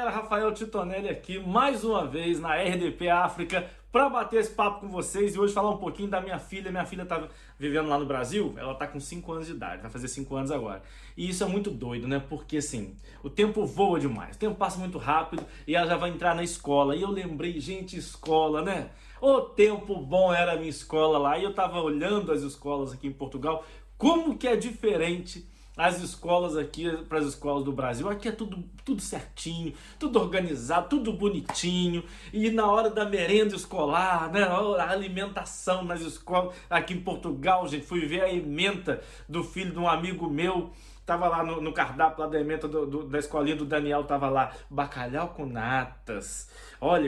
galera, Rafael Titonelli aqui, mais uma vez na RDP África, para bater esse papo com vocês e hoje falar um pouquinho da minha filha. Minha filha tá vivendo lá no Brasil, ela tá com 5 anos de idade, vai fazer 5 anos agora. E isso é muito doido, né? Porque assim, o tempo voa demais, o tempo passa muito rápido e ela já vai entrar na escola. E eu lembrei, gente, escola, né? O tempo bom era a minha escola lá e eu tava olhando as escolas aqui em Portugal, como que é diferente as escolas aqui para as escolas do Brasil. Aqui é tudo certinho, tudo organizado, tudo bonitinho. E na hora da merenda escolar, né, a alimentação nas escolas. Aqui em Portugal, gente, fui ver a ementa do filho de um amigo meu. Tava lá no cardápio lá da ementa da escolinha do Daniel, tava lá bacalhau com natas, olha,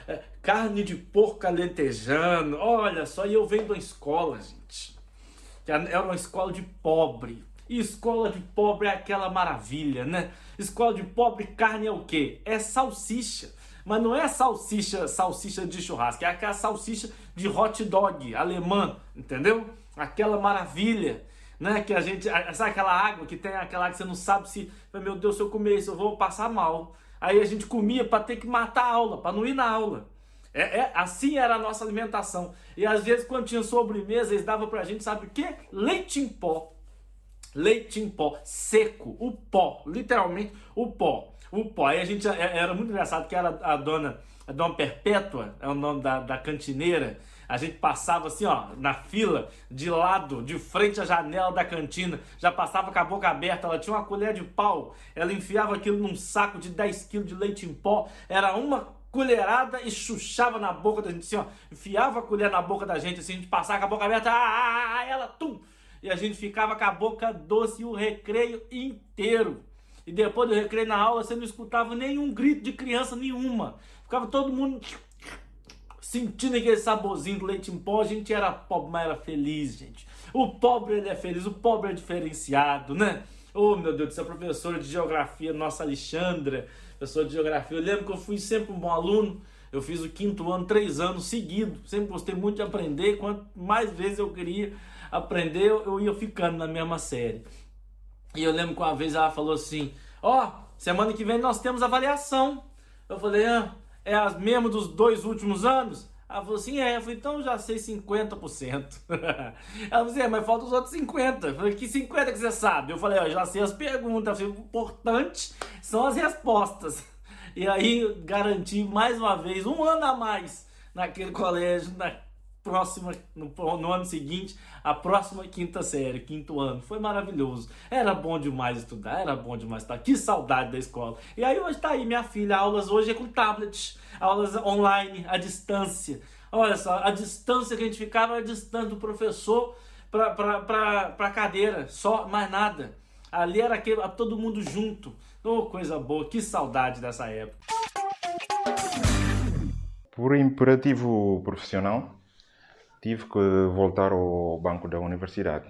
carne de porco alentejano, olha só. E eu venho da escola, gente, que era uma escola de pobre. E escola de pobre é aquela maravilha, né? Escola de pobre, carne é o quê? É salsicha. Mas não é salsicha de churrasco, é aquela salsicha de hot dog alemã, entendeu? Aquela maravilha, né? Que a gente, sabe aquela água que tem aquela água que você não sabe se, meu Deus, se eu comer isso eu vou passar mal. Aí a gente comia para ter que matar a aula, para não ir na aula. Assim era a nossa alimentação. E às vezes quando tinha sobremesa, eles davam pra gente, sabe o quê? Leite em pó. Leite em pó, seco, o pó, literalmente o pó. Aí a gente, era muito engraçado que era a dona Perpétua, é o nome da cantineira. A gente passava assim, ó, na fila, de lado, de frente à janela da cantina, já passava com a boca aberta. Ela tinha uma colher de pau, ela enfiava aquilo num saco de 10 quilos de leite em pó, era uma colherada e chuchava na boca da gente, assim, ó, enfiava a colher na boca da gente, assim, a gente passava com a boca aberta, ela, tum! E a gente ficava com a boca doce o recreio inteiro. E depois do recreio na aula, você não escutava nenhum grito de criança nenhuma. Ficava todo mundo sentindo aquele saborzinho do leite em pó. A gente era pobre, mas era feliz, gente. O pobre, ele é feliz, o pobre é diferenciado, né? Oh, meu Deus do céu, professora de geografia, nossa Alexandra, professora de geografia. Eu lembro que eu fui sempre um bom aluno. Eu fiz o 5º ano, 3 anos seguidos. Sempre gostei muito de aprender. Quanto mais vezes eu queria aprender, eu ia ficando na mesma série. E eu lembro que uma vez ela falou assim, semana que vem nós temos avaliação. Eu falei, é as mesmas dos 2 últimos anos? Ela falou assim, Eu falei, então eu já sei 50%. Ela falou assim, mas falta os outros 50%. Eu falei, que 50% que você sabe? Eu falei, eu já sei as perguntas. O importante são as respostas. E aí garanti mais uma vez 1 ano a mais naquele colégio, no ano seguinte, a próxima 5ª série, 5º ano. Foi maravilhoso. Era bom demais estudar, era bom demais estar. Que saudade da escola. E aí hoje tá aí minha filha, aulas hoje é com tablets, aulas online, à distância. Olha só, a distância que a gente ficava era a distância do professor pra cadeira, só, mais nada. Ali era todo mundo junto. Oh, coisa boa, que saudade dessa época. Por imperativo profissional, tive que voltar ao banco da universidade.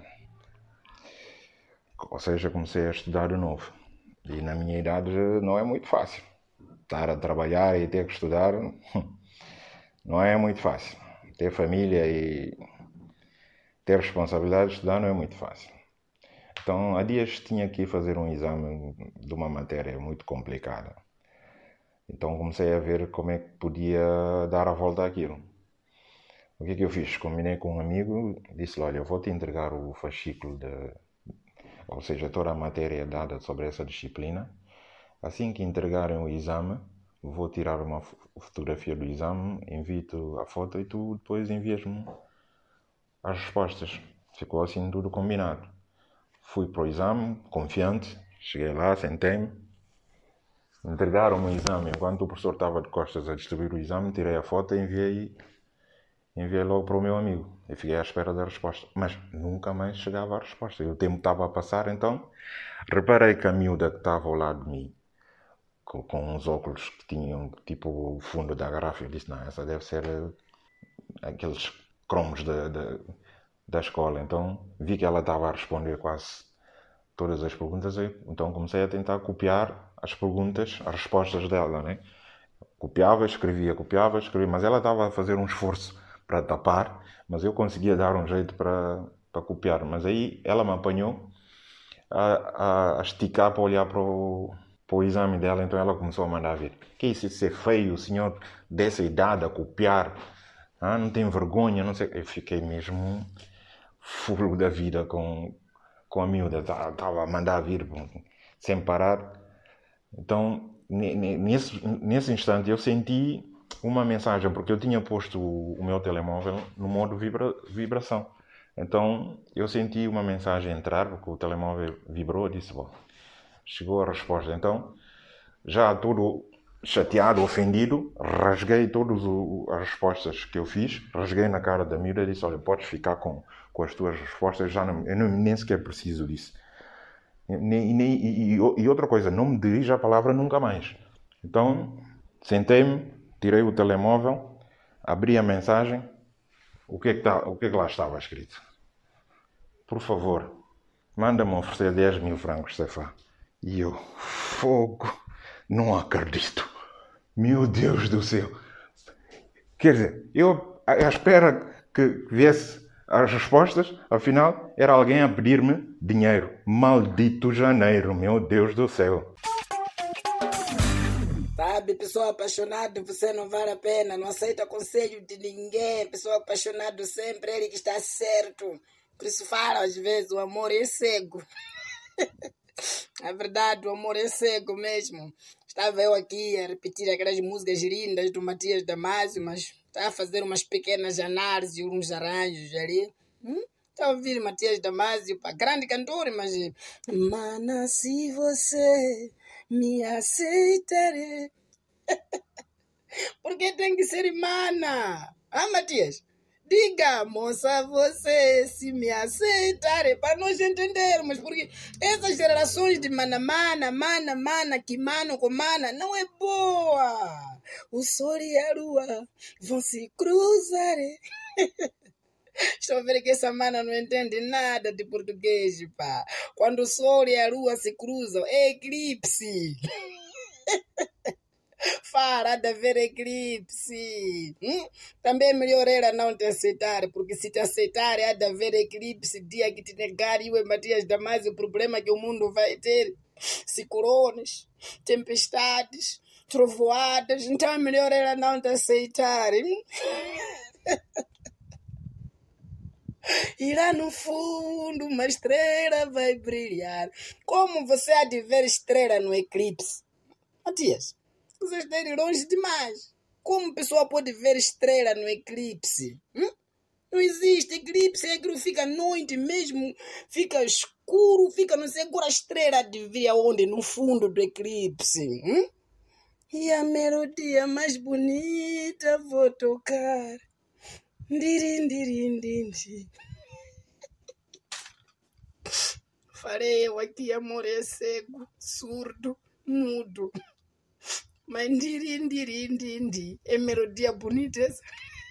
Ou seja, comecei a estudar de novo. E na minha idade não é muito fácil. Estar a trabalhar e ter que estudar não é muito fácil. Ter família e ter responsabilidade de estudar não é muito fácil. Então, há dias tinha que ir fazer um exame de uma matéria muito complicada. Então comecei a ver como é que podia dar a volta àquilo. O que é que eu fiz? Combinei com um amigo, disse-lhe, olha, eu vou-te entregar o fascículo, ou seja, toda a matéria dada sobre essa disciplina. Assim que entregarem o exame, vou tirar uma fotografia do exame, envio-te a foto e tu depois envias-me as respostas. Ficou assim tudo combinado. Fui para o exame, confiante, cheguei lá, sentei-me, entregaram-me o exame. Enquanto o professor estava de costas a distribuir o exame, tirei a foto e enviei logo para o meu amigo. Eu fiquei à espera da resposta, mas nunca mais chegava a resposta. E o tempo estava a passar, então reparei que a miúda que estava ao lado de mim, com uns óculos que tinham tipo o fundo da garrafa, eu disse, não, essa deve ser aqueles cromos da escola. Então vi que ela estava a responder quase todas as perguntas, então comecei a tentar copiar as perguntas, as respostas dela, né? Copiava, escrevia, mas ela estava a fazer um esforço para tapar, mas eu conseguia dar um jeito para copiar. Mas aí ela me apanhou a esticar para olhar para o exame dela, então ela começou a mandar vir. Que isso é feio, o senhor dessa idade a copiar, não tem vergonha, não sei. Eu fiquei mesmo fulo da vida com a miúda, estava a mandar vir sem parar. Então, nesse instante, eu senti uma mensagem, porque eu tinha posto o meu telemóvel no modo vibração. Então, eu senti uma mensagem entrar, porque o telemóvel vibrou, e disse, bom, chegou a resposta. Então, já todo chateado, ofendido, rasguei todas as respostas que eu fiz, rasguei na cara da miúda e disse, olha, podes ficar com as tuas respostas, eu nem sequer preciso disso. E outra coisa, não me dirija a palavra nunca mais. Então, sentei-me, tirei o telemóvel, abri a mensagem, o que é que lá estava escrito? Por favor, manda-me oferecer 10 mil francos, Stefan. E eu, fogo, não acredito. Meu Deus do céu. Quer dizer, eu à espera que viesse as respostas, afinal, era alguém a pedir-me dinheiro. Maldito janeiro, meu Deus do céu. Sabe, pessoa apaixonada, você não vale a pena, não aceita conselho de ninguém. Pessoa apaixonada sempre, ele que está certo. Por isso fala, às vezes, o amor é cego. É verdade, o amor é cego mesmo. Estava eu aqui a repetir aquelas músicas lindas do Matias Damasio, mas estava a fazer umas pequenas análises, uns arranjos ali. Estava a ouvir Matias Damasio, grande cantor, mas... Mana, se você me aceitar... Porque tem que ser mana. Matias? Diga, moça, você se me aceitar, para nós entendermos, porque essas gerações de mana, que mano com mana, não é boa. O sol e a lua vão se cruzar. Estou a ver que essa mana não entende nada de português, pá. Quando o sol e a lua se cruzam, é eclipse. Fará de haver eclipse. Também é melhor ela não te aceitar, porque se te aceitar, há de haver eclipse. Dia que te negar, eu e Matias Damasio, o problema que o mundo vai ter: ciclones, tempestades, trovoadas. Então é melhor ela não te aceitar. E lá no fundo uma estrela vai brilhar. Como você há de ver estrela no eclipse? Matias, vocês estão longe demais. Como a pessoa pode ver estrela no eclipse? Não existe eclipse, aquilo fica à noite mesmo, fica escuro, fica não sei qual a estrela de vir aonde, no fundo do eclipse. E a melodia mais bonita vou tocar. Farei eu aqui, amor é cego, surdo, mudo. Mas ndiri, é melodia bonita essa.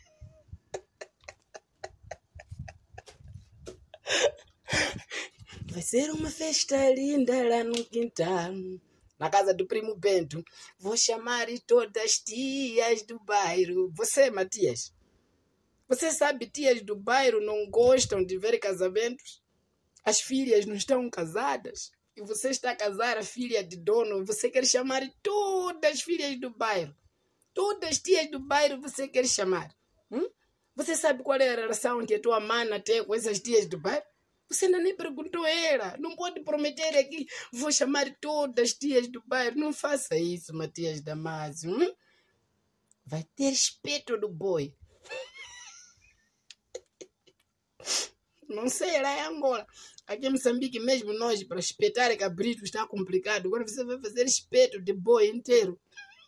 Vai ser uma festa linda lá no quintal, na casa do primo Bento. Vou chamar todas as tias do bairro. Você, Matias, você sabe, tias do bairro não gostam de ver casamentos? As filhas não estão casadas. E você está a casar a filha de dono, você quer chamar todas as filhas do bairro. Todas as tias do bairro você quer chamar. Você sabe qual é a relação que a tua mana tem com essas tias do bairro? Você ainda nem perguntou ela. Não pode prometer aqui, vou chamar todas as tias do bairro. Não faça isso, Matias Damasio. Vai ter espeto do boi. Não sei, lá é Angola. Aqui em Moçambique mesmo, nós, para espetar cabrito, está complicado. Agora você vai fazer espeto de boi inteiro.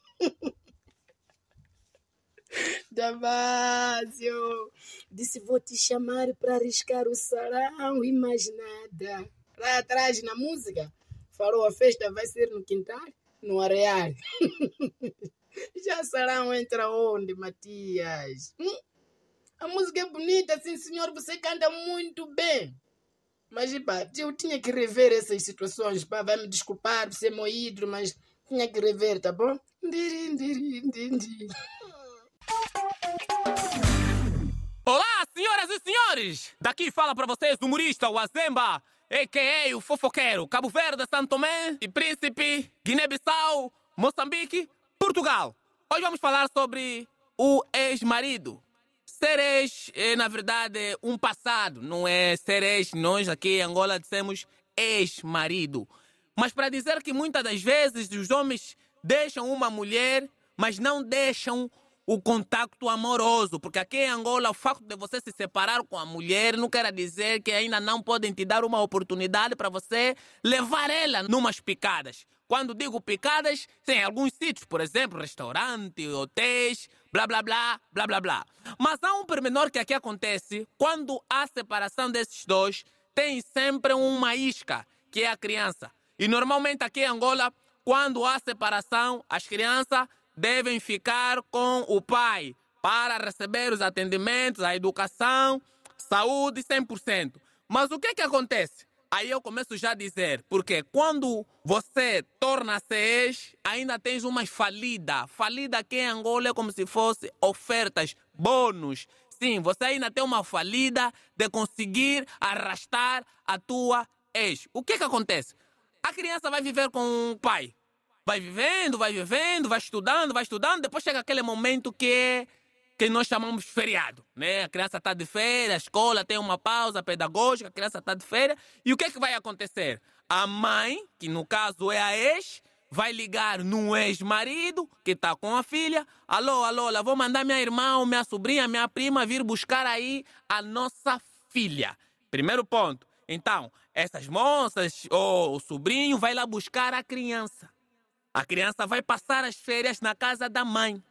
Damasio disse, vou te chamar para arriscar o sarau e mais nada. Lá atrás, na música, falou a festa vai ser no quintal, no areal. Já sarau entra onde, Matias? A música é bonita, sim senhor, você canta muito bem. Mas, pá, eu tinha que rever essas situações, pá, vai me desculpar, você é meu ídolo, mas tinha que rever, tá bom? Olá, senhoras e senhores! Daqui fala pra vocês o humorista Wazemba. a.k.a. o fofoqueiro, Cabo Verde, São Tomé e Príncipe, Guiné-Bissau, Moçambique, Portugal. Hoje vamos falar sobre o ex-marido. Ser ex é, na verdade, um passado, não é ser ex. Nós aqui em Angola dizemos ex-marido. Mas para dizer que muitas das vezes os homens deixam uma mulher, mas não deixam o contacto amoroso, porque aqui em Angola o facto de você se separar com a mulher não quer dizer que ainda não podem te dar uma oportunidade para você levar ela numas picadas. Quando digo picadas, tem alguns sítios, por exemplo, restaurante, hotéis, blá blá blá, blá blá blá. Mas há um pormenor que aqui acontece, quando há separação desses dois, tem sempre uma isca, que é a criança. E normalmente aqui em Angola, quando há separação, as crianças devem ficar com o pai para receber os atendimentos, a educação, saúde 100%. Mas o que acontece? Aí eu começo já a dizer, porque quando você torna-se ex, ainda tens umas falidas. Falida aqui em Angola é como se fosse ofertas, bônus. Sim, você ainda tem uma falida de conseguir arrastar a tua ex. O que acontece? A criança vai viver com o pai. Vai vivendo, vai estudando, depois chega aquele momento que nós chamamos de feriado, né? A criança está de férias, a escola tem uma pausa pedagógica, a criança está de férias, e o que vai acontecer? A mãe, que no caso é a ex, vai ligar no ex-marido, que está com a filha, alô, vou mandar minha irmã, minha sobrinha, minha prima vir buscar aí a nossa filha. Primeiro ponto. Então, essas moças ou o sobrinho vai lá buscar a criança. A criança vai passar as férias na casa da mãe.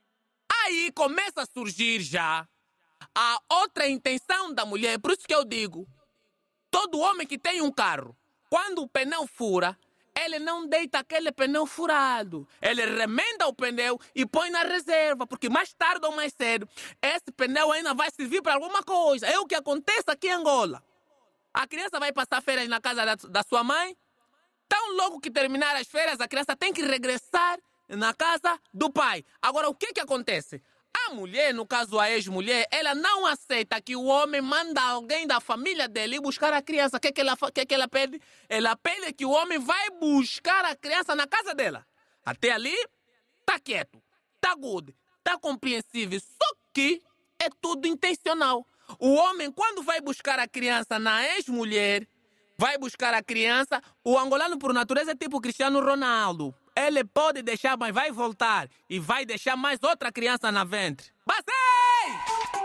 Aí começa a surgir já a outra intenção da mulher. Por isso que eu digo, todo homem que tem um carro, quando o pneu fura, ele não deita aquele pneu furado. Ele remenda o pneu e põe na reserva, porque mais tarde ou mais cedo, esse pneu ainda vai servir para alguma coisa. É o que acontece aqui em Angola. A criança vai passar férias na casa da sua mãe. Tão logo que terminar as férias, a criança tem que regressar na casa do pai. Agora, o que acontece? A mulher, no caso a ex-mulher, ela não aceita que o homem manda alguém da família dele buscar a criança. O que ela pede? Ela pede que o homem vai buscar a criança na casa dela. Até ali, tá quieto, tá good, tá compreensível. Só que é tudo intencional. O homem, quando vai buscar a criança na ex-mulher, vai buscar a criança, o angolano por natureza é tipo Cristiano Ronaldo. Ele pode deixar, mas vai voltar. E vai deixar mais outra criança na ventre. Basei!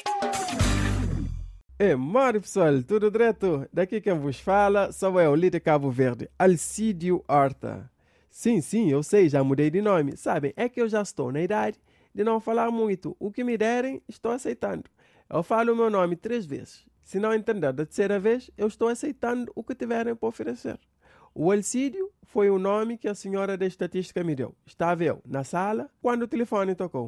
Moro pessoal, tudo direto? Daqui quem vos fala sou eu, líder Cabo Verde, Alcídio Horta. Sim, eu sei, já mudei de nome. Sabem, é que eu já estou na idade de não falar muito. O que me derem, estou aceitando. Eu falo o meu nome 3 vezes. Se não entender da terceira vez, eu estou aceitando o que tiverem para oferecer. O Alcídio foi o nome que a senhora da estatística me deu. Estava eu na sala quando o telefone tocou.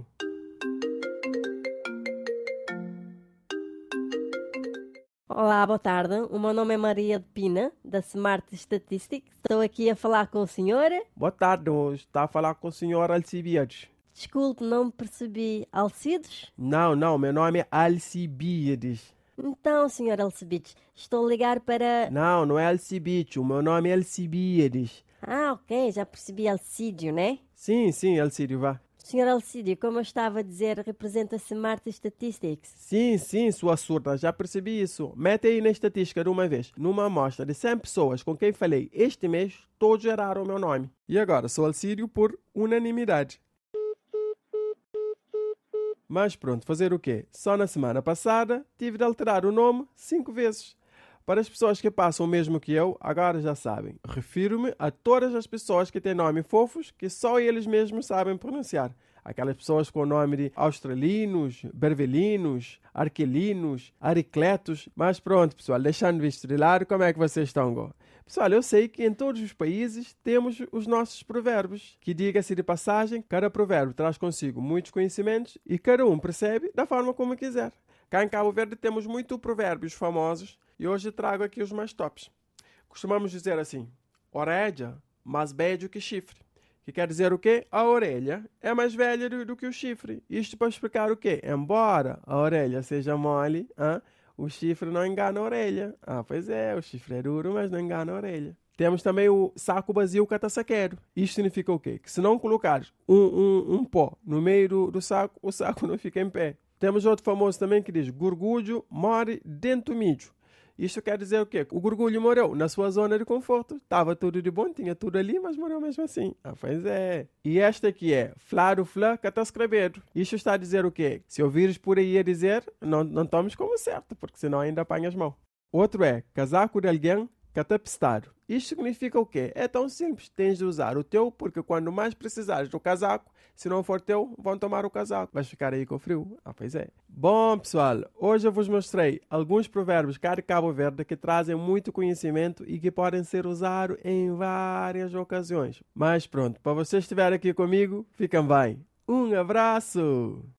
Olá, boa tarde. O meu nome é Maria de Pina, da Smart Statistics. Estou aqui a falar com a senhora. Boa tarde, está a falar com o senhor Alcibiades. Desculpe, não me percebi. Alcides? Não, meu nome é Alcibiades. Então, senhor Alcibiades, estou a ligar para... Não é Alcibiades, o meu nome é Alcibiades. Ah, ok, já percebi Alcídio, né? Sim, Alcídio, vá. Senhor Alcídio, como eu estava a dizer, representa Smart Statistics. Sim, sua surda, já percebi isso. Mete aí na estatística de uma vez. Numa amostra de 100 pessoas com quem falei este mês, todos geraram o meu nome. E agora, sou Alcídio por unanimidade. Mas pronto, fazer o quê? Só na semana passada tive de alterar o nome 5 vezes. Para as pessoas que passam o mesmo que eu, agora já sabem. Refiro-me a todas as pessoas que têm nomes fofos que só eles mesmos sabem pronunciar. Aquelas pessoas com o nome de australinos, bervelinos, arquelinos, aricletos. Mas pronto, pessoal, deixando visto de lado, como é que vocês estão? Pessoal, eu sei que em todos os países temos os nossos provérbios, que diga-se de passagem, cada provérbio traz consigo muitos conhecimentos e cada um percebe da forma como quiser. Cá em Cabo Verde temos muitos provérbios famosos e hoje trago aqui os mais tops. Costumamos dizer assim, orelha mais velho que chifre. Que quer dizer o quê? A orelha é mais velha do que o chifre. Isto para explicar o quê? Embora a orelha seja mole, o chifre não engana a orelha. Ah, pois é, o chifre é duro, mas não engana a orelha. Temos também o saco vazio catasaqueiro. Isto significa o quê? Que se não colocares um pó no meio do saco, o saco não fica em pé. Temos outro famoso também que diz: gorgulho morre dentro do mijo. Isto quer dizer o quê? O gorgulho morreu na sua zona de conforto. Estava tudo de bom, tinha tudo ali, mas morreu mesmo assim. Ah, pois é. E esta aqui é flaro flá catascrebedo. Isto está a dizer o quê? Se ouvires por aí a dizer, não tomes como certo, porque senão ainda apanhas mal. Outro é casaco de alguém catapistado. Isto significa o quê? É tão simples. Tens de usar o teu, porque quando mais precisares do casaco, se não for teu, vão tomar o casaco. Vais ficar aí com frio. Ah, pois é. Bom, pessoal, hoje eu vos mostrei alguns provérbios cá de Cabo Verde que trazem muito conhecimento e que podem ser usados em várias ocasiões. Mas pronto, para vocês estiverem aqui comigo, fiquem bem. Um abraço!